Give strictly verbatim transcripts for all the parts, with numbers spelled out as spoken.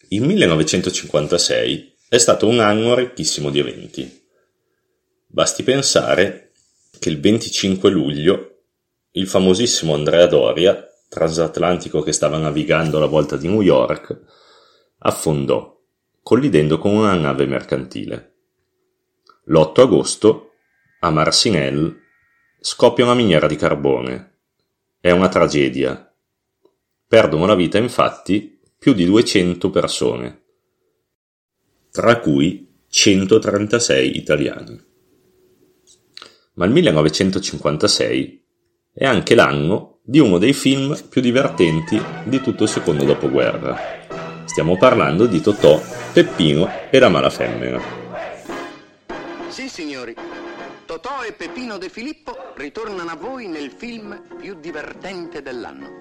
Il millenovecentocinquantasei è stato un anno ricchissimo di eventi. Basti pensare che il venticinque luglio il famosissimo Andrea Doria, transatlantico che stava navigando alla volta di New York, affondò, collidendo con una nave mercantile. L'otto agosto, a Marcinelle, scoppia una miniera di carbone. È una tragedia. Perdono la vita, infatti, più di duecento persone, tra cui centotrentasei italiani. Ma il millenovecentocinquantasei è anche l'anno di uno dei film più divertenti di tutto il secondo dopoguerra. Stiamo parlando di Totò, Peppino e la Malafemmina. Sì, signori. Totò e Peppino De Filippo ritornano a voi nel film più divertente dell'anno.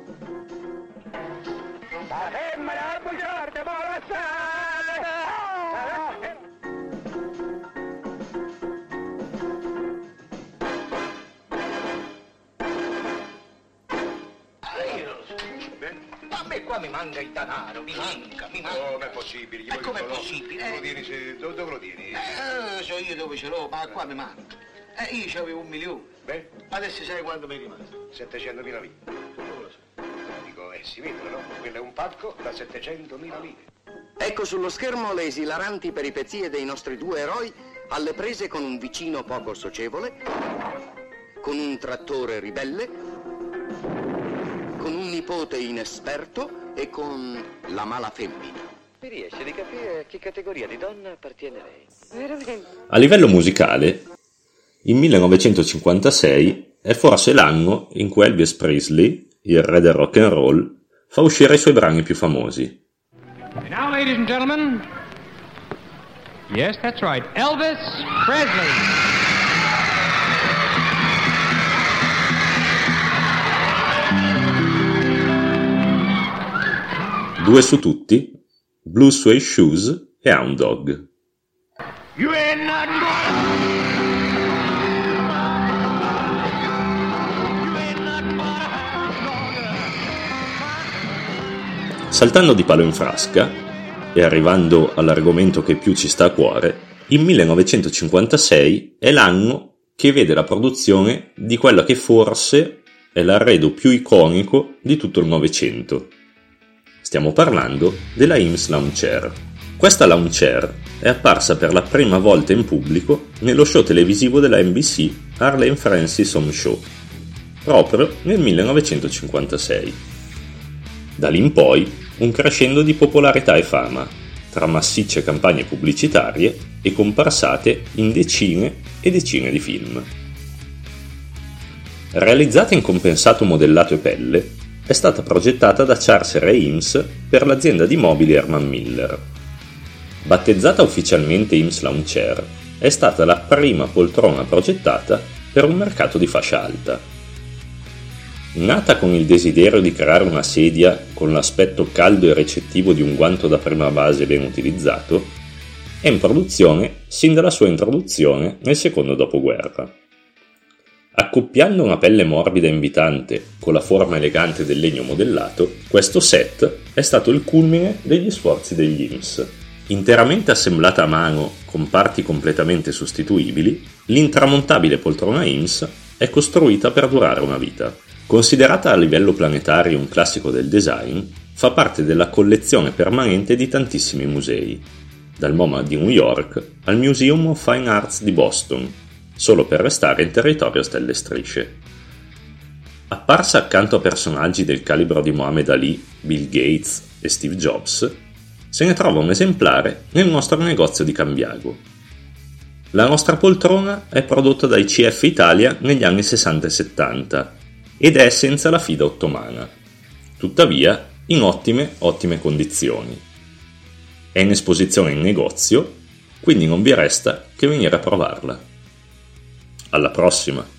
La femmina, bugiarda, a me qua mi manca il denaro, mi manca, mi manca. Come è possibile? E come è possibile? Dove lo tieni? se- Dove, dove lo tieni? Eh, so io dove ce l'ho, ma qua mi manca. Eh, io c'avevo un milione. Beh, Adesso sai quanto mi è rimasto? settecentomila lire. Non lo so. Dico, eh, si vede, no? Quello è un pacco da settecentomila lire. Ecco sullo schermo le esilaranti peripezie dei nostri due eroi alle prese con un vicino poco socievole, con un trattore ribelle, con un nipote inesperto e con la Malafemmina. Mi riesce di capire a che categoria di donna appartiene lei? Veramente? A livello musicale, il millenovecentocinquantasei è forse l'anno in cui Elvis Presley, il re del rock and roll, fa uscire i suoi brani più famosi. And now, ladies and gentlemen, yes, that's right, Elvis Presley. Due su tutti, Blue Suede Shoes e Hound Dog. You ain't nothing but Saltando di palo in frasca e arrivando all'argomento che più ci sta a cuore, il millenovecentocinquantasei è l'anno che vede la produzione di quella che forse è l'arredo più iconico di tutto il Novecento. Stiamo parlando della Eames Lawn Chair. Questa lawn chair è apparsa per la prima volta in pubblico nello show televisivo della N B C Harley and Francis Home Show, proprio nel millenovecentocinquantasei. Da lì in poi un crescendo di popolarità e fama, tra massicce campagne pubblicitarie e comparsate in decine e decine di film. Realizzata in compensato modellato e pelle, è stata progettata da Charles Ray Eames per l'azienda di mobili Herman Miller. Battezzata ufficialmente Eames Lawn Chair, è stata la prima poltrona progettata per un mercato di fascia alta. Nata con il desiderio di creare una sedia con l'aspetto caldo e recettivo di un guanto da prima base ben utilizzato, è in produzione sin dalla sua introduzione nel secondo dopoguerra. Accoppiando una pelle morbida e invitante con la forma elegante del legno modellato, questo set è stato il culmine degli sforzi degli Eames. Interamente assemblata a mano con parti completamente sostituibili, l'intramontabile poltrona Eames è costruita per durare una vita. Considerata a livello planetario un classico del design, fa parte della collezione permanente di tantissimi musei, dal MoMA di New York al Museum of Fine Arts di Boston, solo per restare in territorio a stelle e strisce. Apparsa accanto a personaggi del calibro di Muhammad Ali, Bill Gates e Steve Jobs, se ne trova un esemplare nel nostro negozio di Cambiago. La nostra poltrona è prodotta dai C F Italia negli anni sessanta e settanta ed è senza la fida ottomana, tuttavia in ottime, ottime condizioni. È in esposizione in negozio, quindi non vi resta che venire a provarla. Alla prossima!